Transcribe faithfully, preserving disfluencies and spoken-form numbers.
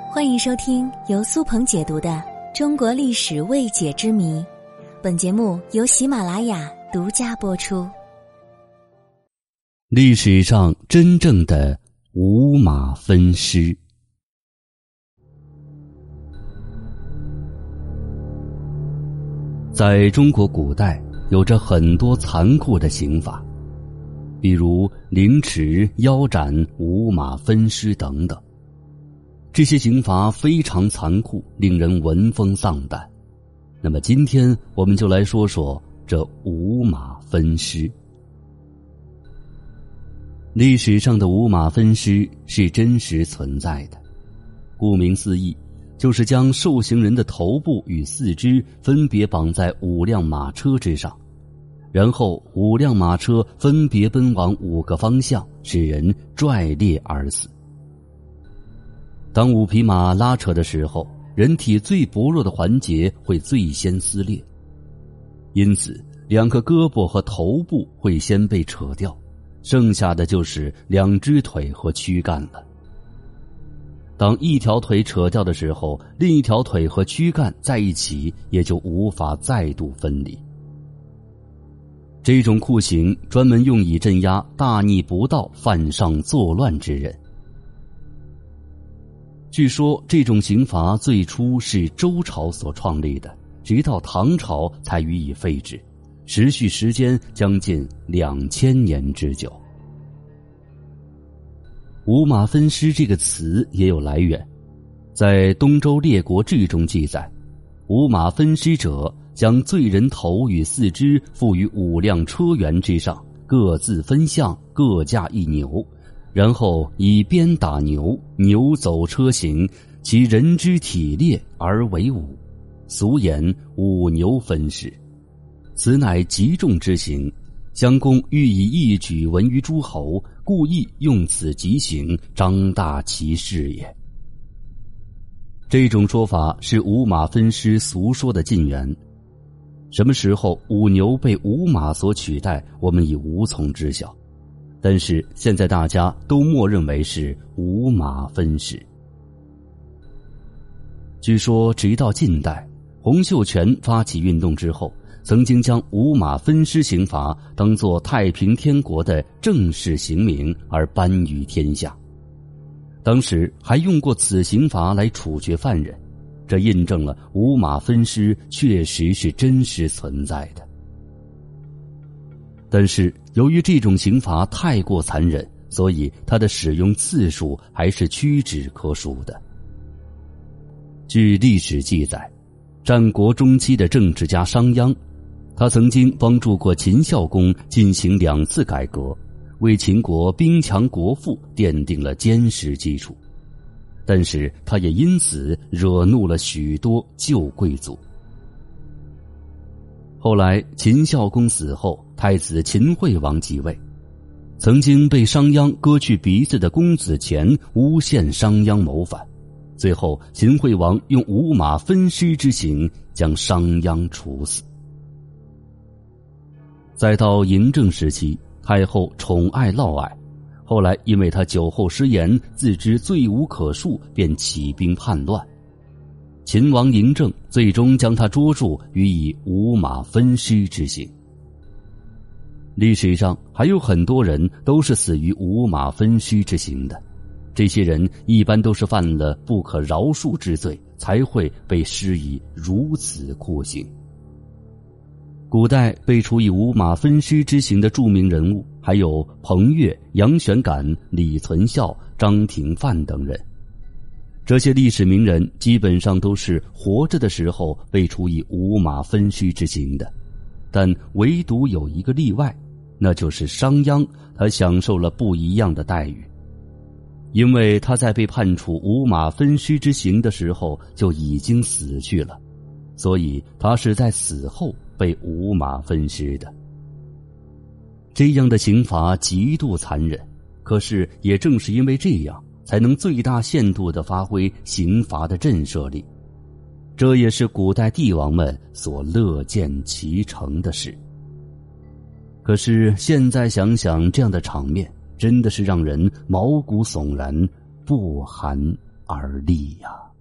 欢迎收听由苏鹏解读的《中国历史未解之谜》，本节目由喜马拉雅独家播出。 历史上真正的五马分尸。在中国古代有着很多残酷的刑法，比如凌迟、腰斩、五马分尸等等。这些刑罚非常残酷，令人闻风丧胆。那么今天我们就来说说这五马分尸。历史上的五马分尸是真实存在的，顾名思义，就是将受刑人的头部与四肢分别绑在五辆马车之上，然后五辆马车分别奔往五个方向，使人拽裂而死。当五匹马拉扯的时候，人体最薄弱的环节会最先撕裂，因此两个胳膊和头部会先被扯掉，剩下的就是两只腿和躯干了。当一条腿扯掉的时候，另一条腿和躯干在一起，也就无法再度分离。这种酷刑专门用以镇压大逆不道、犯上作乱之人。据说这种刑罚最初是周朝所创立的，直到唐朝才予以废止，持续时间将近两千年之久。五马分尸这个词也有来源，在《东周列国志》中记载，五马分尸者将罪人头与四肢附于五辆车辕之上，各自分项，各驾一牛，然后以鞭打牛，牛走车行，其人之体裂而为五，俗言五牛分尸。此乃极重之刑，襄公欲以一举闻于诸侯，故意用此极刑，张大其事也。这种说法是五马分尸俗说的近缘。什么时候五牛被五马所取代，我们已无从知晓，但是现在大家都默认为是五马分尸。据说直到近代，洪秀全发起运动之后，曾经将五马分尸刑罚当作太平天国的正式刑名而颁于天下。当时还用过此刑罚来处决犯人，这印证了五马分尸确实是真实存在的。但是由于这种刑罚太过残忍，所以它的使用次数还是屈指可数的。据历史记载，战国中期的政治家商鞅，他曾经帮助过秦孝公进行两次改革，为秦国兵强国富奠定了坚实基础，但是他也因此惹怒了许多旧贵族。后来秦孝公死后，太子秦惠王即位，曾经被商鞅割去鼻子的公子虔诬陷商鞅谋反，最后秦惠王用五马分尸之刑将商鞅处死。再到嬴政时期，太后宠爱嫪毐，后来因为他酒后失言，自知罪无可恕，便起兵叛乱。秦王嬴政最终将他捉住，予以五马分尸之刑。历史上还有很多人都是死于五马分尸之刑的，这些人一般都是犯了不可饶恕之罪，才会被施以如此酷刑。古代被处以五马分尸之刑的著名人物还有彭越、杨玄感、李存孝、张廷范等人。这些历史名人基本上都是活着的时候被处以五马分尸之刑的，但唯独有一个例外，那就是商鞅，他享受了不一样的待遇。因为他在被判处五马分尸之刑的时候就已经死去了，所以他是在死后被五马分尸的。这样的刑罚极度残忍，可是也正是因为这样，才能最大限度地发挥刑罚的震慑力，这也是古代帝王们所乐见其成的事。可是现在想想，这样的场面真的是让人毛骨悚然，不寒而立呀。